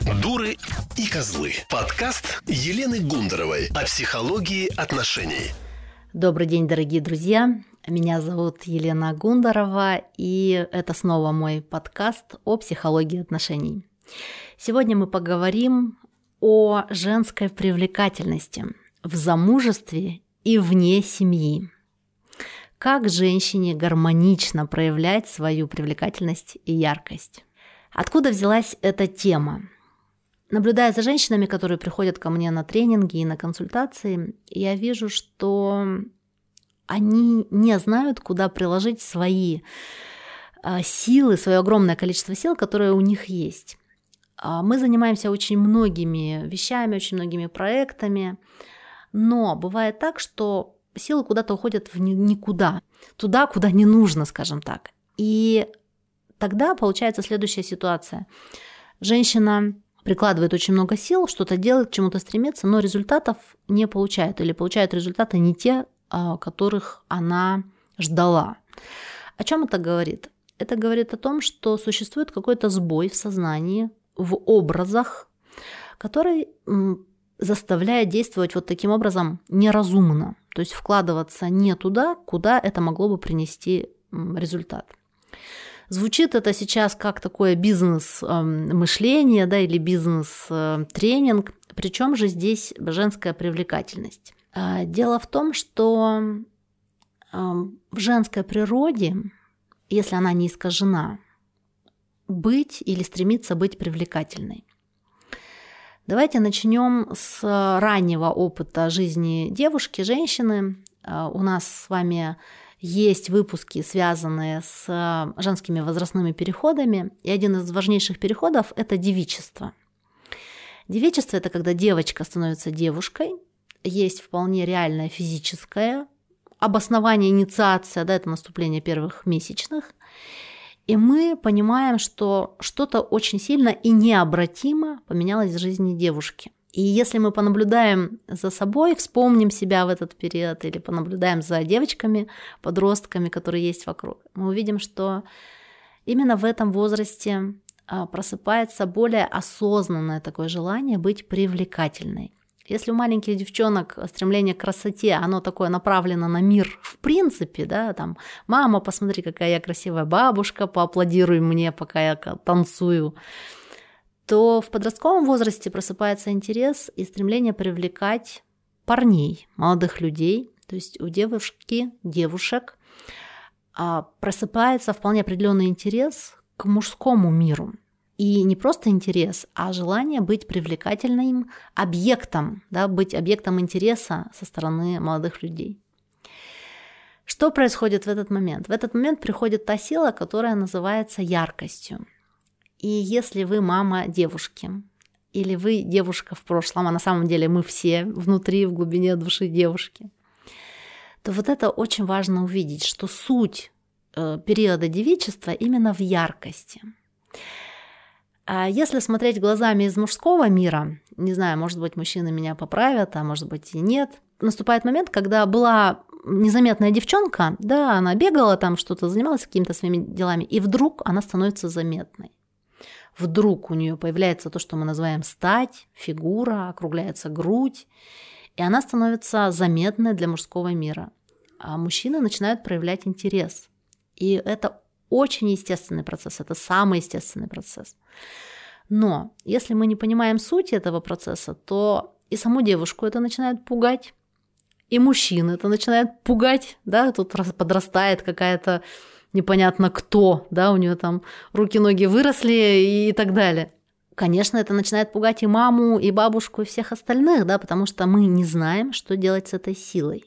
Дуры и козлы. Подкаст Елены Гундаровой о психологии отношений. Добрый день, дорогие друзья. Меня зовут Елена Гундарова, и это снова мой подкаст о психологии отношений. Сегодня мы поговорим о женской привлекательности в замужестве и вне семьи. Как женщине гармонично проявлять свою привлекательность и яркость? Откуда взялась эта тема? Наблюдая за женщинами, которые приходят ко мне на тренинги и на консультации, я вижу, что они не знают, куда приложить свои силы, свое огромное количество сил, которые у них есть. Мы занимаемся очень многими вещами, очень многими проектами, но бывает так, что силы куда-то уходят в никуда, туда, куда не нужно, скажем так. И тогда получается следующая ситуация. Женщина прикладывает очень много сил, что-то делает, к чему-то стремится, но результатов не получает или получает результаты не те, которых она ждала. О чем это говорит? Это говорит о том, что существует какой-то сбой в сознании, в образах, который заставляет действовать вот таким образом неразумно, то есть вкладываться не туда, куда это могло бы принести результат. Звучит это сейчас как такое бизнес-мышление, да, или бизнес-тренинг, причем же здесь женская привлекательность. Дело в том, что в женской природе, если она не искажена, быть или стремиться быть привлекательной. Давайте начнем с раннего опыта жизни девушки, женщины. У нас с вами есть выпуски, связанные с женскими возрастными переходами, и один из важнейших переходов – это девичество. Девичество – это когда девочка становится девушкой, есть вполне реальное физическое обоснование, инициация, да, это наступление первых месячных, и мы понимаем, что что-то очень сильно и необратимо поменялось в жизни девушки. И если мы понаблюдаем за собой, вспомним себя в этот период или понаблюдаем за девочками, подростками, которые есть вокруг, мы увидим, что именно в этом возрасте просыпается более осознанное такое желание быть привлекательной. Если у маленьких девчонок стремление к красоте, оно такое направлено на мир в принципе, да, там, мама, посмотри, какая я красивая бабушка, поаплодируй мне, пока я танцую, то в подростковом возрасте просыпается интерес и стремление привлекать парней, молодых людей, то есть у девушек просыпается вполне определенный интерес к мужскому миру. И не просто интерес, а желание быть привлекательным объектом, да, быть объектом интереса со стороны молодых людей. Что происходит в этот момент? В этот момент приходит та сила, которая называется яркостью. И если вы мама девушки, или вы девушка в прошлом, а на самом деле мы все внутри, в глубине души девушки, то вот это очень важно увидеть, что суть периода девичества именно в яркости. А если смотреть глазами из мужского мира, не знаю, может быть, мужчины меня поправят, а может быть и нет, наступает момент, когда была незаметная девчонка, да, она бегала там, что-то занималась какими-то своими делами, и вдруг она становится заметной. Вдруг у нее появляется то, что мы называем стать, фигура, округляется грудь, и она становится заметной для мужского мира. А мужчины начинают проявлять интерес. И это очень естественный процесс, это самый естественный процесс. Но если мы не понимаем суть этого процесса, то и саму девушку это начинает пугать, и мужчин это начинает пугать, да, тут подрастает какая-то непонятно кто, да, у нее там руки-ноги выросли и так далее. Конечно, это начинает пугать и маму, и бабушку, и всех остальных, да, потому что мы не знаем, что делать с этой силой.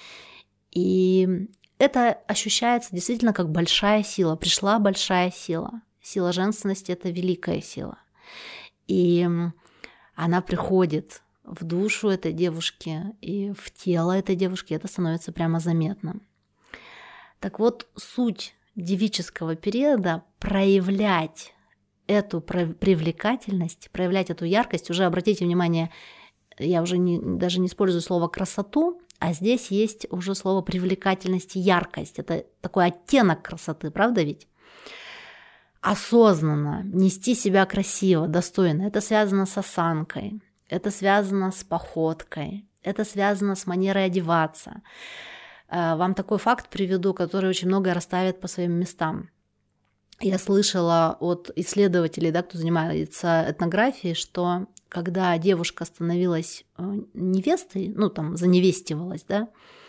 И это ощущается действительно как большая сила. Пришла большая сила. Сила женственности – это великая сила. И она приходит в душу этой девушки и в тело этой девушки. Это становится прямо заметным. Так вот, суть девического периода – проявлять эту привлекательность, проявлять эту яркость. Уже обратите внимание, я уже даже не использую слово «красоту», а здесь есть уже слово привлекательность и яркость. Это такой оттенок красоты, правда ведь? осознанно нести себя красиво, достойно. Это связано с осанкой, это связано с походкой, это связано с манерой одеваться. Вам такой факт приведу, который очень многое расставит по своим местам. Я слышала от исследователей, да, кто занимается этнографией, что когда девушка становилась невестой, заневестивалась, да,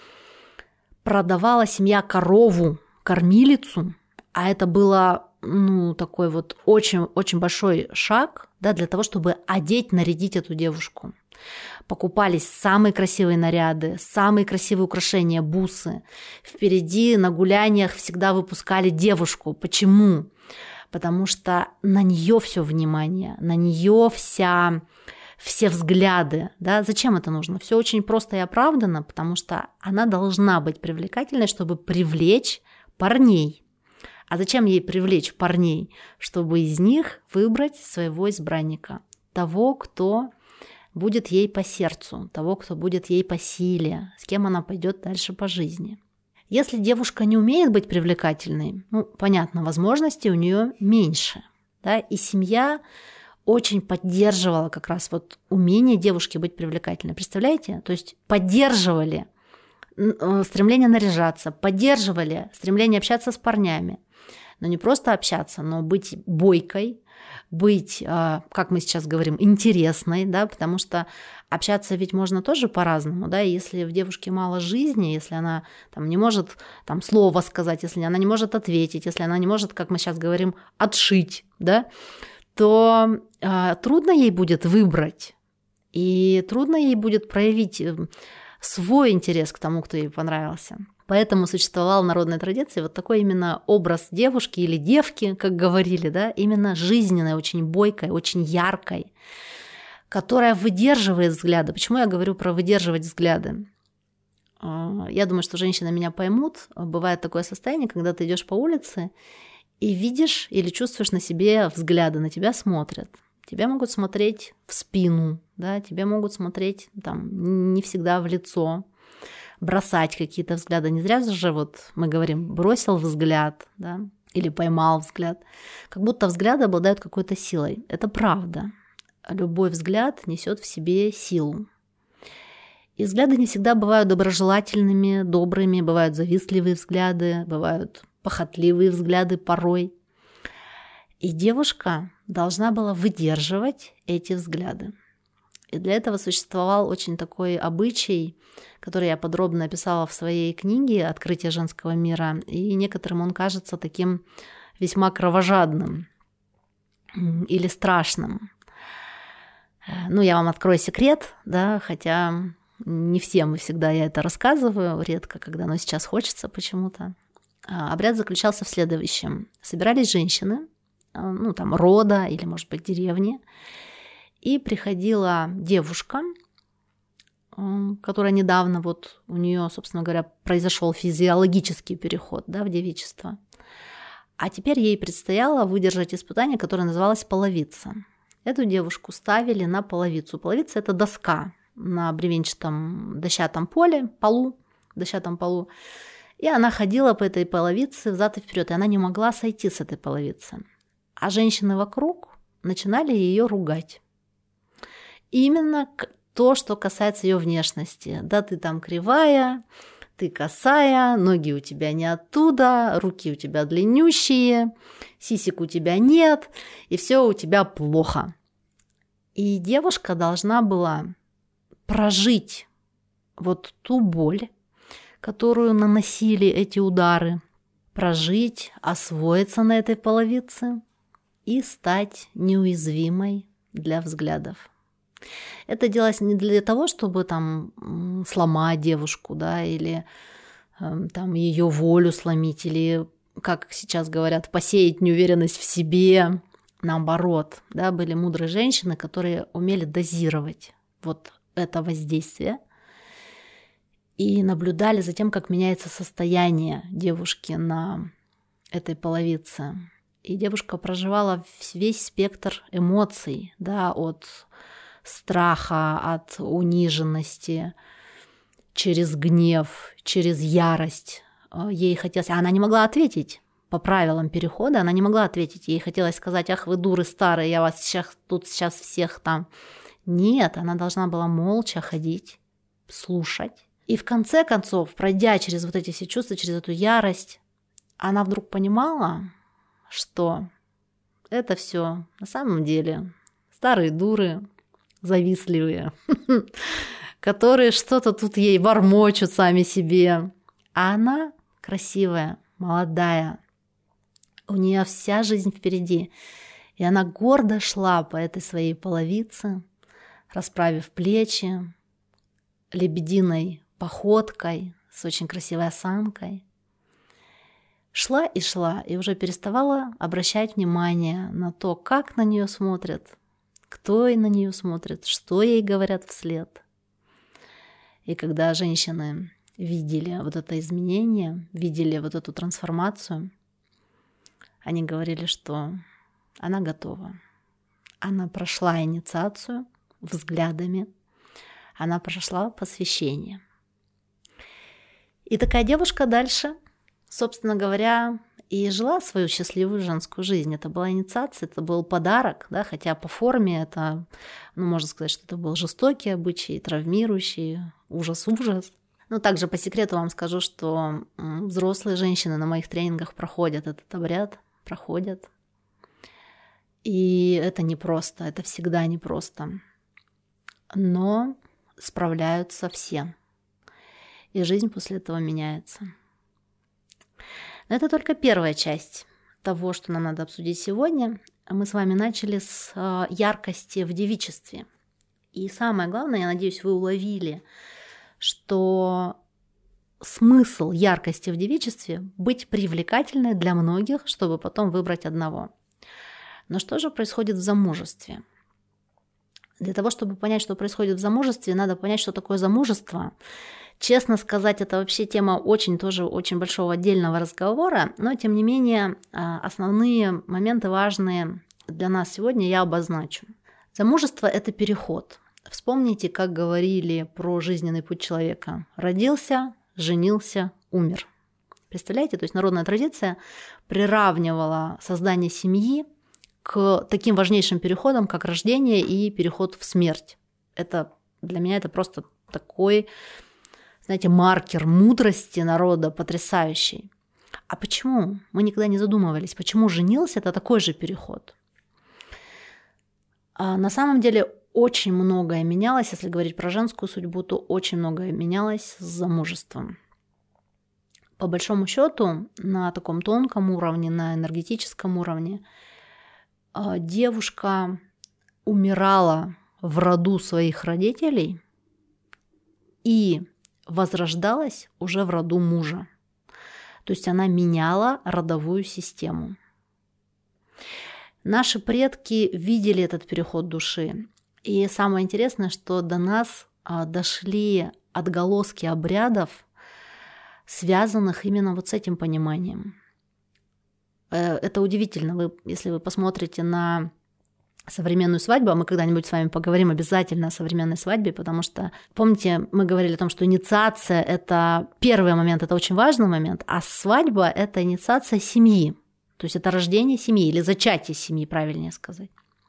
продавала семья корову, кормилицу, а это было такой вот очень большой шаг, да, для того, чтобы одеть, нарядить эту девушку. Покупались самые красивые наряды, самые красивые украшения, бусы. Впереди на гуляниях всегда выпускали девушку. Почему? Потому что на нее все внимание, на нее все взгляды. Да? Зачем это нужно? Все очень просто и оправданно, потому что она должна быть привлекательной, чтобы привлечь парней. А зачем ей привлечь парней? Чтобы из них выбрать своего избранника, того, кто будет ей по сердцу, того, кто будет ей по силе, с кем она пойдет дальше по жизни. Если девушка не умеет быть привлекательной, понятно, возможностей у нее меньше. Да? И семья очень поддерживала как раз вот умение девушки быть привлекательной. Представляете? То есть поддерживали стремление наряжаться, поддерживали стремление общаться с парнями. Но не просто общаться, но быть бойкой, быть, как мы сейчас говорим, интересной, да, потому что общаться ведь можно тоже по-разному, да, и если в девушке мало жизни, если она не может слово сказать, если она не может ответить, если она не может, как мы сейчас говорим, отшить, да, то трудно ей будет выбрать, и трудно ей будет проявить свой интерес к тому, кто ей понравился. Поэтому существовал в народной традиции вот такой именно образ девушки или девки, как говорили, да, именно жизненной, очень бойкой, очень яркой, которая выдерживает взгляды. Почему я говорю про выдерживать взгляды? Я думаю, что женщины меня поймут. Бывает такое состояние, когда ты идешь по улице и видишь или чувствуешь на себе взгляды, на тебя смотрят. Тебя могут смотреть в спину, да, тебя могут смотреть не всегда в лицо, бросать какие-то взгляды. Не зря же вот мы говорим «бросил взгляд», да, или «поймал взгляд». Как будто взгляды обладают какой-то силой. Это правда. Любой взгляд несет в себе силу. И взгляды не всегда бывают доброжелательными, добрыми, бывают завистливые взгляды, бывают похотливые взгляды порой. И девушка должна была выдерживать эти взгляды. И для этого существовал очень такой обычай, который я подробно описала в своей книге «Открытие женского мира», и некоторым он кажется таким весьма кровожадным или страшным. Я вам открою секрет, да, хотя не всем и всегда я это рассказываю, редко, когда, но сейчас хочется почему-то. Обряд заключался в следующем. Собирались женщины, рода или, может быть, деревни, и приходила девушка, которая недавно, вот у нее, собственно говоря, произошел физиологический переход, да, в девичество. А теперь ей предстояло выдержать испытание, которое называлось половица. Эту девушку ставили на половицу. Половица – это доска на бревенчатом дощатом дощатом полу. И она ходила по этой половице взад и вперед, и она не могла сойти с этой половицы. А женщины вокруг начинали ее ругать. Именно то, что касается ее внешности. Да, ты кривая, ты косая, ноги у тебя не оттуда, руки у тебя длиннющие, сисек у тебя нет, и все у тебя плохо. И девушка должна была прожить вот ту боль, которую наносили эти удары, прожить, освоиться на этой половице и стать неуязвимой для взглядов. Это делалось не для того, чтобы сломать девушку, да, или ее волю сломить, или, как сейчас говорят, посеять неуверенность в себе. Наоборот, да, были мудрые женщины, которые умели дозировать вот это воздействие и наблюдали за тем, как меняется состояние девушки на этой половице. И девушка проживала весь спектр эмоций, да, от страха, от униженности, через гнев, через ярость. Ей хотелось... Она не могла ответить, по правилам перехода, она не могла ответить. Ей хотелось сказать: ах, вы дуры старые, я вас сейчас всех там. Нет, она должна была молча ходить, слушать. И в конце концов, пройдя через вот эти все чувства, через эту ярость, она вдруг понимала, что это все на самом деле старые дуры, завистливые, которые что-то тут ей бормочут сами себе. А она красивая, молодая, у нее вся жизнь впереди. И она гордо шла по этой своей половице, расправив плечи, лебединой походкой, с очень красивой осанкой. Шла, и уже переставала обращать внимание на то, как на нее смотрят, кто на нее смотрит, что ей говорят вслед. И когда женщины видели вот это изменение, видели вот эту трансформацию, они говорили, что она готова. Она прошла инициацию взглядами, она прошла посвящение. И такая девушка дальше, собственно говоря, и жила свою счастливую женскую жизнь. Это была инициация, это был подарок, да, хотя по форме это, можно сказать, что это был жестокий обычай, травмирующий, ужас-ужас. Но также по секрету вам скажу, что взрослые женщины на моих тренингах проходят этот обряд, проходят. И это непросто, это всегда непросто. Но справляются все. И жизнь после этого меняется. Но это только первая часть того, что нам надо обсудить сегодня. Мы с вами начали с яркости в девичестве. И самое главное, я надеюсь, вы уловили, что смысл яркости в девичестве – быть привлекательной для многих, чтобы потом выбрать одного. Но что же происходит в замужестве? Для того, чтобы понять, что происходит в замужестве, надо понять, что такое замужество. Честно сказать, это вообще тема очень большого отдельного разговора, но тем не менее основные моменты важные для нас сегодня я обозначу. Замужество – это переход. Вспомните, как говорили про жизненный путь человека. Родился, женился, умер. Представляете? То есть народная традиция приравнивала создание семьи к таким важнейшим переходам, как рождение и переход в смерть. Это для меня это просто такой, знаете, маркер мудрости народа потрясающий. А почему? Мы никогда не задумывались, почему женился – это такой же переход. На самом деле очень многое менялось, если говорить про женскую судьбу, то очень многое менялось с замужеством. По большому счету, на таком тонком уровне, на энергетическом уровне, девушка умирала в роду своих родителей и возрождалась уже в роду мужа. То есть она меняла родовую систему. Наши предки видели этот переход души. И самое интересное, что до нас дошли отголоски обрядов, связанных именно вот с этим пониманием. Это удивительно. Если вы посмотрите на современную свадьбу, а мы когда-нибудь с вами поговорим обязательно о современной свадьбе, потому что, помните, мы говорили о том, что инициация – это первый момент, это очень важный момент, а свадьба – это инициация семьи, то есть это рождение семьи или зачатие семьи, правильнее сказать.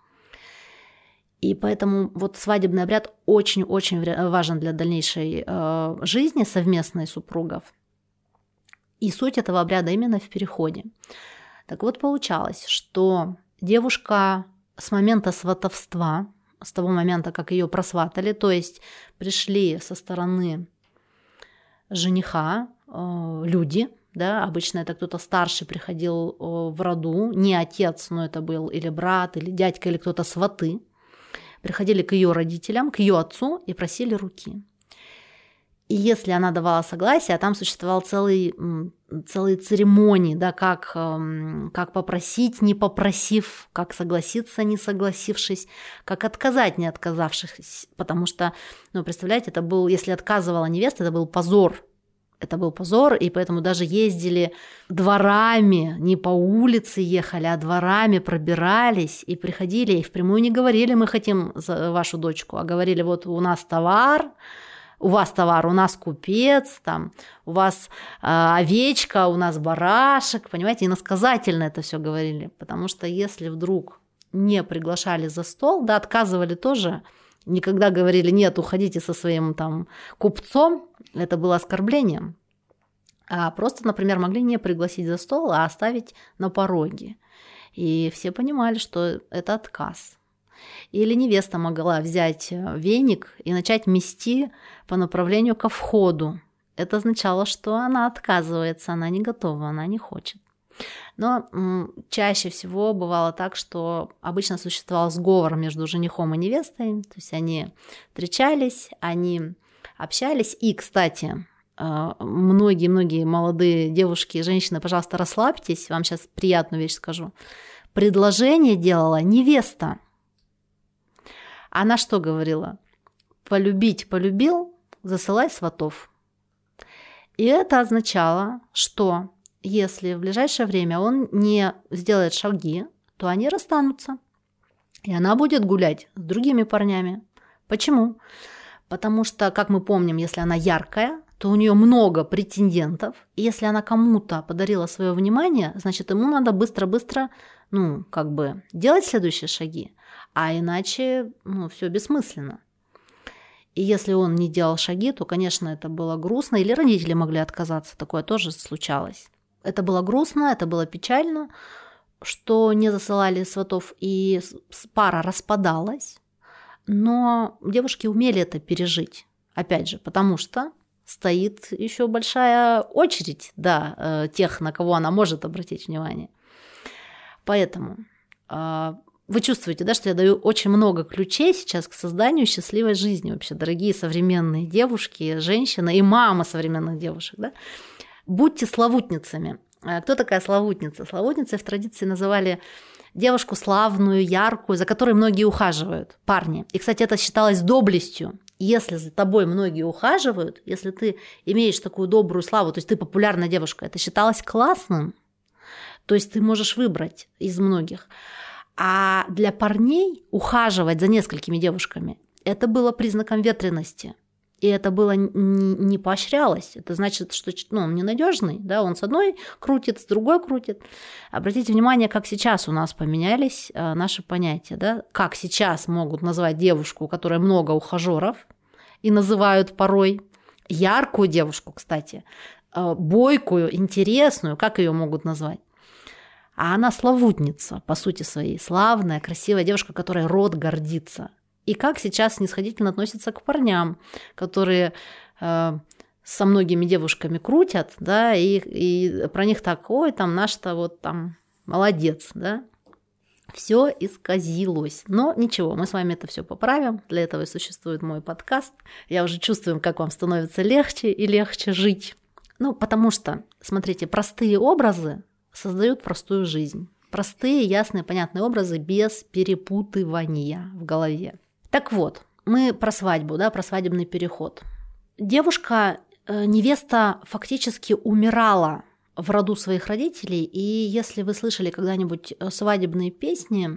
И поэтому вот свадебный обряд очень-очень важен для дальнейшей жизни совместной супругов. И суть этого обряда именно в переходе. Так вот, получалось, что девушка с момента сватовства, с того момента, как ее просватали, то есть пришли со стороны жениха люди, да, обычно это кто-то старший приходил в роду, не отец, но это был или брат, или дядька, или кто-то сваты, приходили к ее родителям, к ее отцу и просили руки. И если она давала согласие, там существовал целые церемонии, да, как попросить, не попросив, как согласиться, не согласившись, как отказать, не отказавшись. Потому что, представляете, это был, если отказывала невеста, это был позор. Это был позор, и поэтому даже ездили дворами, не по улице ехали, а дворами пробирались и приходили, и впрямую не говорили: мы хотим вашу дочку, а говорили: вот у нас товар, у вас товар, у нас купец, там, у вас овечка, у нас барашек, понимаете, иносказательно это все говорили, потому что если вдруг не приглашали за стол, да, отказывали тоже, никогда говорили, нет, уходите со своим там купцом, это было оскорблением, а просто, например, могли не пригласить за стол, а оставить на пороге, и все понимали, что это отказ. Или невеста могла взять веник и начать мести по направлению ко входу. Это означало, что она отказывается, она не готова, она не хочет. Но чаще всего бывало так, что обычно существовал сговор между женихом и невестой, то есть они встречались, они общались. И, кстати, многие молодые девушки и женщины, пожалуйста, расслабьтесь, вам сейчас приятную вещь скажу. Предложение делала невеста. Она что говорила? Полюбить полюбил, засылай сватов. И это означало, что если в ближайшее время он не сделает шаги, то они расстанутся. И она будет гулять с другими парнями. Почему? Потому что, как мы помним, если она яркая, то у нее много претендентов. И если она кому-то подарила свое внимание, значит, ему надо быстро-быстро, делать следующие шаги. А иначе, все бессмысленно. И если он не делал шаги, то, конечно, это было грустно. Или родители могли отказаться, такое тоже случалось. Это было грустно, это было печально, что не засылали сватов, и пара распадалась. Но девушки умели это пережить. Опять же, потому что стоит еще большая очередь, тех, на кого она может обратить внимание. Поэтому вы чувствуете, да, что я даю очень много ключей сейчас к созданию счастливой жизни вообще, дорогие современные девушки, женщины и мамы современных девушек, да? Будьте славутницами. Кто такая славутница? Славутницей в традиции называли девушку славную, яркую, за которой многие ухаживают, парни. И, кстати, это считалось доблестью. Если за тобой многие ухаживают, если ты имеешь такую добрую славу, то есть ты популярная девушка, это считалось классным. То есть ты можешь выбрать из многих. А для парней ухаживать за несколькими девушками – это было признаком ветрености. И это было не поощрялось. Это значит, что он ненадежный, да, он с одной крутит, с другой крутит. Обратите внимание, как сейчас у нас поменялись наши понятия. Да? Как сейчас могут назвать девушку, у которой много ухажеров, и называют порой яркую девушку, кстати, бойкую, интересную, как ее могут назвать? А она славутница, по сути своей, славная, красивая девушка, которой род гордится. И как сейчас снисходительно относятся к парням, которые со многими девушками крутят, да, и про них так, ой, там наш-то вот там молодец, да. Все исказилось. Но ничего, мы с вами это все поправим. Для этого и существует мой подкаст. Я уже чувствую, как вам становится легче и легче жить. Потому что, смотрите, простые образы создают простую жизнь. Простые, ясные, понятные образы без перепутывания в голове. Так вот, мы про свадьбу, да, про свадебный переход. Девушка, невеста фактически умирала в роду своих родителей, и если вы слышали когда-нибудь свадебные песни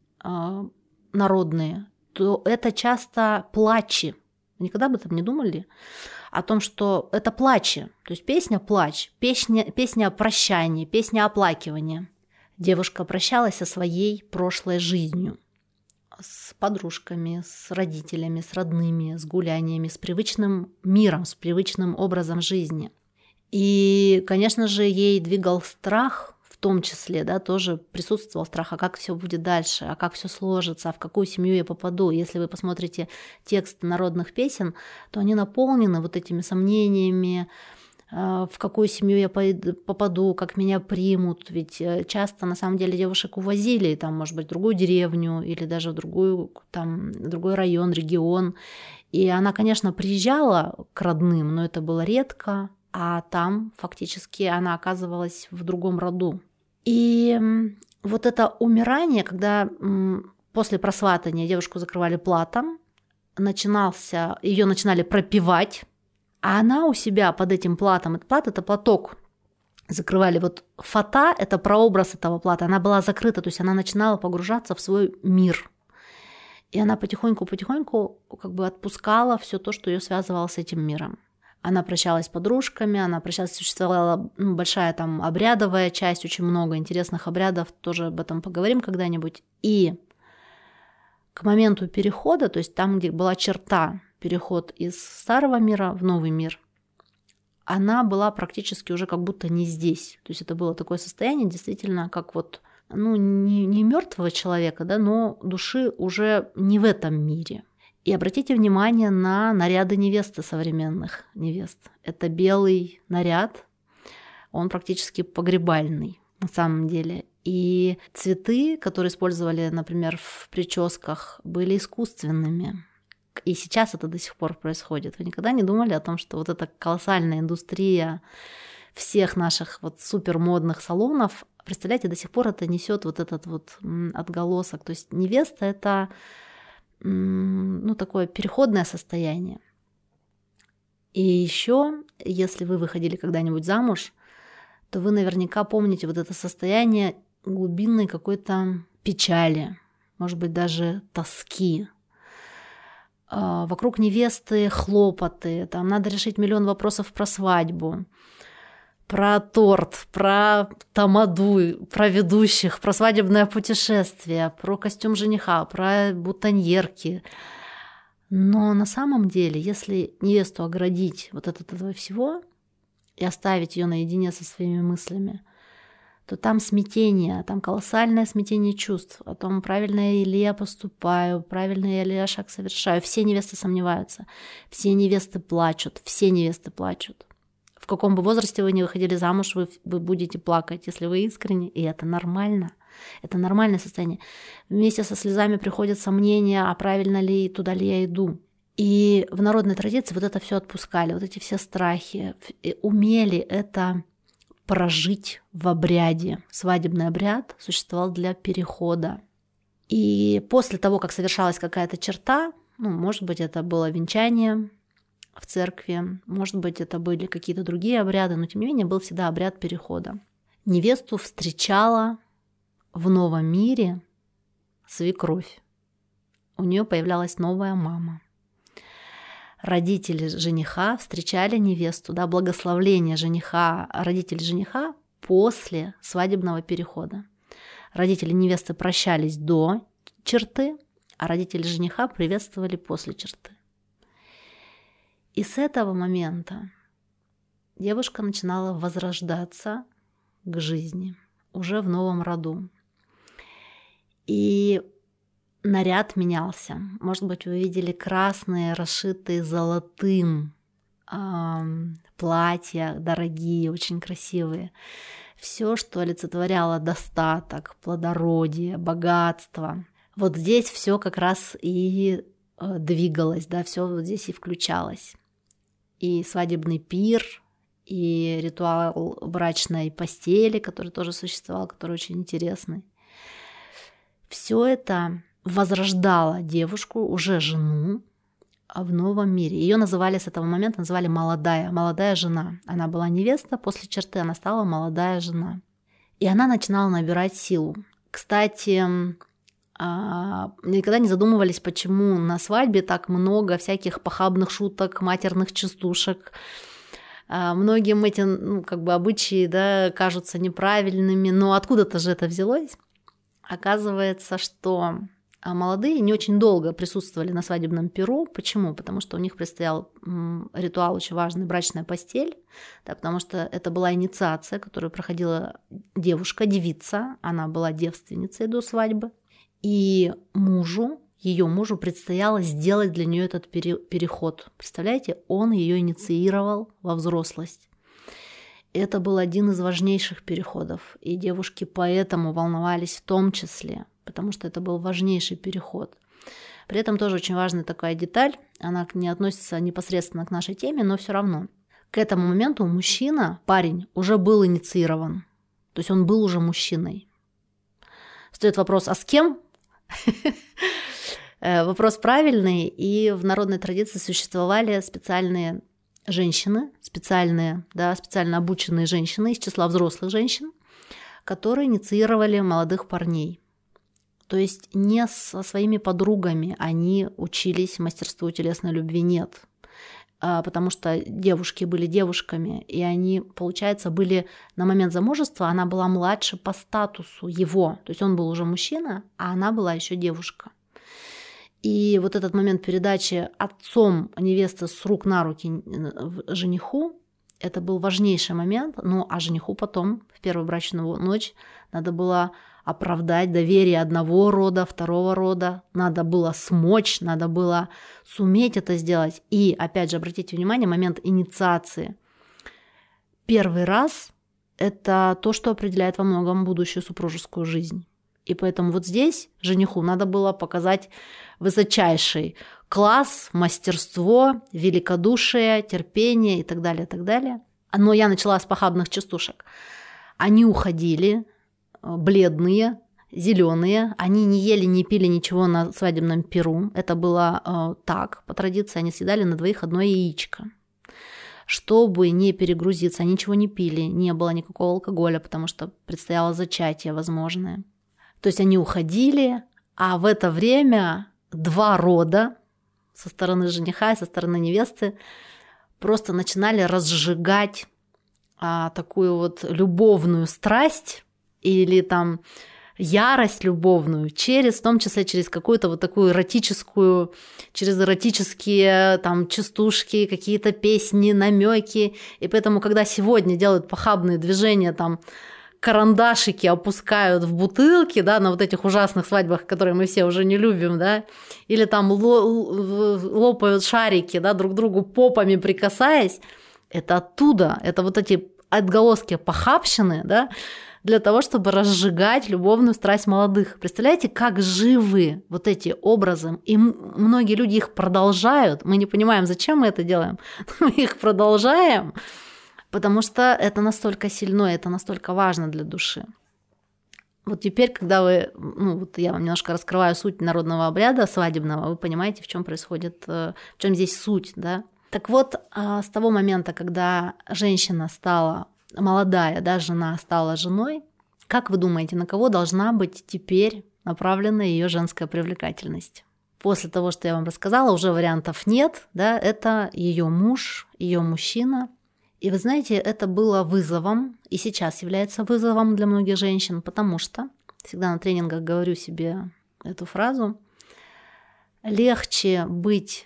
народные, то это часто плачи. Вы никогда об этом не думали? О том, что это плачи, то есть песня «Плач», песня прощания, песня оплакивания. Девушка прощалась со своей прошлой жизнью, с подружками, с родителями, с родными, с гуляниями, с привычным миром, с привычным образом жизни. И, конечно же, ей двигал страх, в том числе, да, тоже присутствовал страх, а как все будет дальше, а как все сложится, а в какую семью я попаду. Если вы посмотрите текст народных песен, то они наполнены вот этими сомнениями, в какую семью я попаду, как меня примут. Ведь часто, на самом деле, девушек увозили, там, может быть, в другую деревню или даже в другой район, регион. И она, конечно, приезжала к родным, но это было редко, а там фактически она оказывалась в другом роду. И вот это умирание, когда после просватания девушку закрывали платом, ее начинали пропевать, а она у себя под этим платом, этот плат – это платок, закрывали. Вот фата – это прообраз этого плата, она была закрыта, то есть она начинала погружаться в свой мир. И она потихоньку как бы отпускала все то, что ее связывало с этим миром. Она прощалась с подружками, существовала большая там обрядовая часть, очень много интересных обрядов, тоже об этом поговорим когда-нибудь. И к моменту перехода, то есть там, где была черта, переход из старого мира в новый мир, она была практически уже как будто не здесь. То есть это было такое состояние действительно как вот, не мертвого человека, да, но души уже не в этом мире. И обратите внимание на наряды невесты, современных невест. Это белый наряд, он практически погребальный на самом деле. И цветы, которые использовали, например, в прическах, были искусственными. И сейчас это до сих пор происходит. Вы никогда не думали о том, что вот эта колоссальная индустрия всех наших вот супермодных салонов, представляете, до сих пор это несет вот этот вот отголосок. То есть невеста — это такое переходное состояние. И еще, если вы выходили когда-нибудь замуж, то вы наверняка помните вот это состояние глубинной какой-то печали, может быть, даже тоски. Вокруг невесты хлопоты, там надо решить миллион вопросов про свадьбу, про торт, про тамаду, про ведущих, про свадебное путешествие, про костюм жениха, про бутоньерки. Но на самом деле, если невесту оградить вот от этого всего и оставить ее наедине со своими мыслями, то там смятение, там колоссальное смятение чувств о том, правильно ли я поступаю, правильно ли я шаг совершаю. Все невесты сомневаются, все невесты плачут, В каком бы возрасте вы ни выходили замуж, вы будете плакать, если вы искренне, и это нормально. Это нормальное состояние. Вместе со слезами приходят сомнения, а правильно ли, туда ли я иду. И в народной традиции вот это все отпускали, вот эти все страхи, умели это прожить в обряде. Свадебный обряд существовал для перехода. И после того, как совершалась какая-то черта, может быть, это было венчание в церкви, может быть, это были какие-то другие обряды, но тем не менее был всегда обряд перехода. Невесту встречала в новом мире свекровь. У нее появлялась новая мама. Родители жениха встречали невесту, благословление жениха, родители жениха после свадебного перехода. Родители невесты прощались до черты, а родители жениха приветствовали после черты. И с этого момента девушка начинала возрождаться к жизни уже в новом роду. И наряд менялся. Может быть, вы видели красные, расшитые золотым платья, дорогие, очень красивые. Все, что олицетворяло достаток, плодородие, богатство. Вот здесь все как раз и двигалось, все вот здесь и включалось. И свадебный пир, и ритуал брачной постели, который тоже существовал, который очень интересный. Все это возрождало девушку, уже жену, в новом мире. Ее называли с этого момента молодая жена. Она была невеста, после черты она стала молодая жена. И она начинала набирать силу. Кстати, никогда не задумывались, почему на свадьбе так много всяких похабных шуток, матерных частушек. Многим эти обычаи кажутся неправильными, но откуда-то же это взялось. Оказывается, что молодые не очень долго присутствовали на свадебном пиру. Почему? Потому что у них предстоял ритуал очень важный — брачная постель, потому что это была инициация, которую проходила девушка, девица, она была девственницей до свадьбы. И ее мужу предстояло сделать для нее этот переход. Представляете, он ее инициировал во взрослость. Это был один из важнейших переходов, и девушки поэтому волновались в том числе, потому что это был важнейший переход. При этом тоже очень важная такая деталь, она не относится непосредственно к нашей теме, но все равно. К этому моменту парень, уже был инициирован, то есть он был уже мужчиной. Встает вопрос, а с кем? Вопрос правильный, и в народной традиции существовали специальные женщины, специально обученные женщины из числа взрослых женщин, которые инициировали молодых парней. То есть не со своими подругами они учились мастерству телесной любви, нет. Потому что девушки были девушками, и они, получается, были на момент замужества, она была младше по статусу его. То есть он был уже мужчина, а она была еще девушка. И вот этот момент передачи отцом невесты с рук на руки жениху, это был важнейший момент. Ну, а жениху потом, в первую брачную ночь, надо было оправдать доверие одного рода, второго рода, надо было смочь, надо было суметь это сделать. И, опять же, обратите внимание, момент инициации. Первый раз – это то, что определяет во многом будущую супружескую жизнь. И поэтому вот здесь жениху надо было показать высочайший класс, мастерство, великодушие, терпение и так далее, и так далее. Но я начала с похабных частушек. Они уходили, бледные, зеленые, они не ели, не пили ничего на свадебном пиру. Это было так, по традиции, они съедали на двоих одно яичко. Чтобы не перегрузиться, они ничего не пили, не было никакого алкоголя, потому что предстояло зачатие возможное. То есть они уходили, а в это время два рода со стороны жениха и со стороны невесты просто начинали разжигать такую вот любовную страсть или там ярость любовную, в том числе через какую-то вот такую эротическую, через эротические там частушки, какие-то песни, намеки. И поэтому, когда сегодня делают похабные движения, там карандашики опускают в бутылки, да, на вот этих ужасных свадьбах, которые мы все уже не любим, да, или там лопают шарики, да, друг к другу попами прикасаясь, это оттуда, это вот эти отголоски похабщины, да, для того, чтобы разжигать любовную страсть молодых. Представляете, как живы вот эти образы, и многие люди их продолжают, мы не понимаем, зачем мы это делаем, мы их продолжаем, потому что это настолько сильно, это настолько важно для души. Вот теперь, когда вот я вам немножко раскрываю суть народного обряда свадебного, вы понимаете, в чем происходит, в чем здесь суть, да? Так вот, с того момента, когда женщина стала молодая, да, жена стала женой, как вы думаете, на кого должна быть теперь направлена ее женская привлекательность? После того, что я вам рассказала, уже вариантов нет, да, это ее муж, ее мужчина. И вы знаете, это было вызовом, и сейчас является вызовом для многих женщин, потому что, всегда на тренингах говорю себе эту фразу, легче быть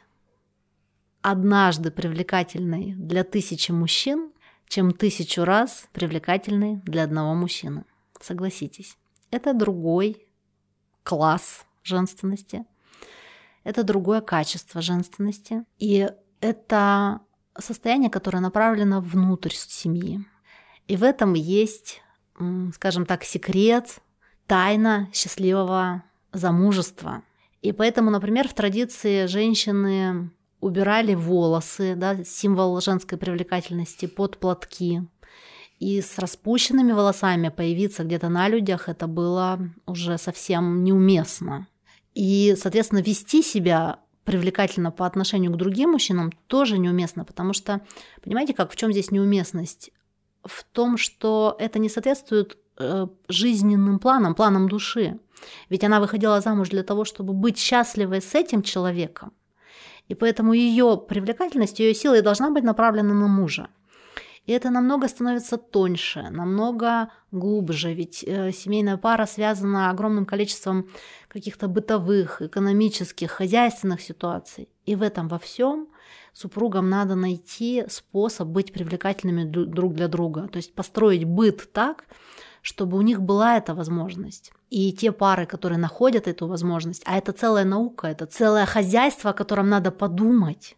однажды привлекательной для 1000 мужчин, чем 1000 раз привлекательной для одного мужчины. Согласитесь, это другой класс женственности, это другое качество женственности, и это состояние, которое направлено внутрь семьи. И в этом есть, скажем так, секрет, тайна счастливого замужества. И поэтому, например, в традиции женщины убирали волосы, да, символ женской привлекательности, под платки. И с распущенными волосами появиться где-то на людях это было уже совсем неуместно. И, соответственно, вести себя привлекательно по отношению к другим мужчинам тоже неуместно, потому что, понимаете, в чем здесь неуместность? В том, что это не соответствует жизненным планам души. Ведь она выходила замуж для того, чтобы быть счастливой с этим человеком. И поэтому ее привлекательность, ее сила и должна быть направлена на мужа. И это намного становится тоньше, намного глубже, ведь семейная пара связана огромным количеством каких-то бытовых, экономических, хозяйственных ситуаций. И в этом во всем супругам надо найти способ быть привлекательными друг для друга, то есть построить быт так, чтобы у них была эта возможность. И те пары, которые находят эту возможность, а это целая наука, это целое хозяйство, о котором надо подумать.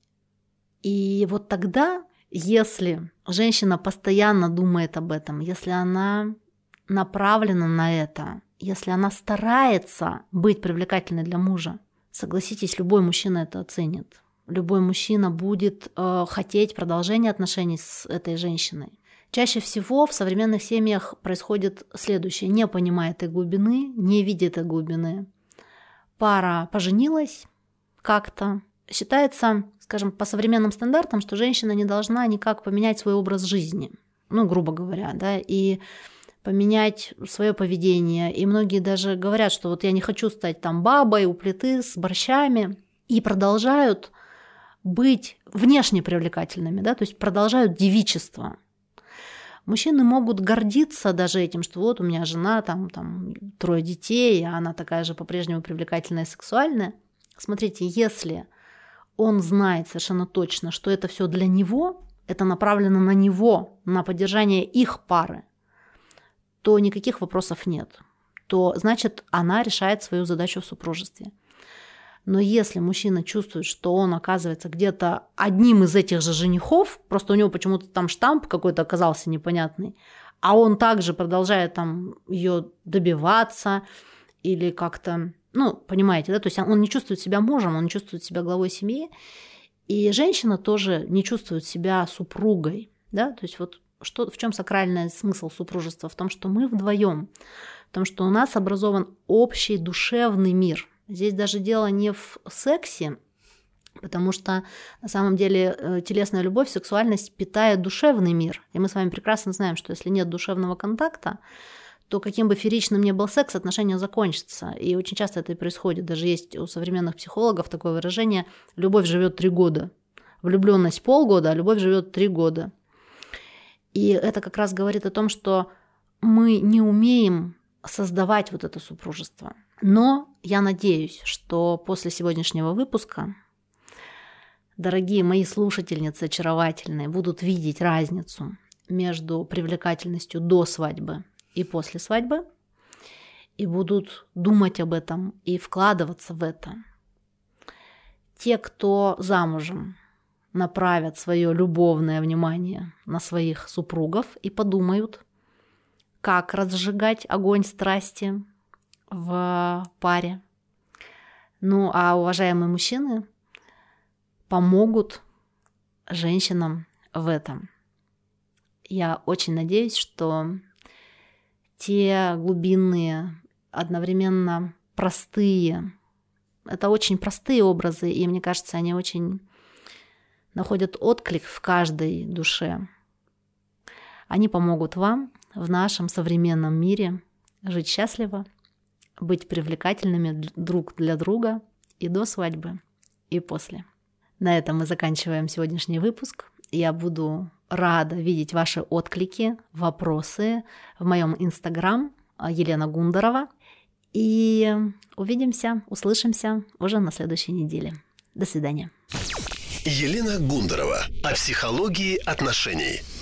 И вот тогда, если женщина постоянно думает об этом, если она направлена на это, если она старается быть привлекательной для мужа, согласитесь, любой мужчина это оценит. Любой мужчина будет хотеть продолжения отношений с этой женщиной. Чаще всего в современных семьях происходит следующее. Не понимая этой глубины, не видя этой глубины. Пара поженилась как-то. Считается, скажем, по современным стандартам, что женщина не должна никак поменять свой образ жизни. Грубо говоря, да. И поменять свое поведение. И многие даже говорят, что вот я не хочу стать там бабой у плиты с борщами. И продолжают быть внешне привлекательными, да, то есть продолжают девичество. Мужчины могут гордиться даже этим, что вот у меня жена, там 3 детей, а она такая же по-прежнему привлекательная и сексуальная. Смотрите, если он знает совершенно точно, что это все для него, это направлено на него, на поддержание их пары, то никаких вопросов нет. То значит, она решает свою задачу в супружестве. Но если мужчина чувствует, что он оказывается где-то одним из этих же женихов, просто у него почему-то там штамп какой-то оказался непонятный, а он также продолжает там ее добиваться или как-то, понимаете, да, то есть он не чувствует себя мужем, он не чувствует себя главой семьи, и женщина тоже не чувствует себя супругой, да, то есть вот в чем сакральный смысл супружества? В том, что мы вдвоем, в том, что у нас образован общий душевный мир. Здесь даже дело не в сексе, потому что на самом деле телесная любовь, сексуальность питает душевный мир. И мы с вами прекрасно знаем, что если нет душевного контакта, то каким бы фееричным ни был секс, отношения закончатся. И очень часто это и происходит. Даже есть у современных психологов такое выражение «любовь живет 3 года». Влюбленность полгода, а любовь живет 3 года. И это как раз говорит о том, что мы не умеем создавать вот это супружество. Но я надеюсь, что после сегодняшнего выпуска дорогие мои слушательницы очаровательные будут видеть разницу между привлекательностью до свадьбы и после свадьбы, и будут думать об этом и вкладываться в это. Те, кто замужем, направят свое любовное внимание на своих супругов и подумают, как разжигать огонь страсти в паре. А уважаемые мужчины помогут женщинам в этом. Я очень надеюсь, что те глубинные, одновременно простые, это очень простые образы, и мне кажется, они очень находят отклик в каждой душе. Они помогут вам в нашем современном мире жить счастливо, быть привлекательными друг для друга и до свадьбы, и после. На этом мы заканчиваем сегодняшний выпуск. Я буду рада видеть ваши отклики, вопросы в моем Инстаграм Елена Гундарова. И увидимся, услышимся уже на следующей неделе. До свидания. Елена Гундарова о психологии отношений.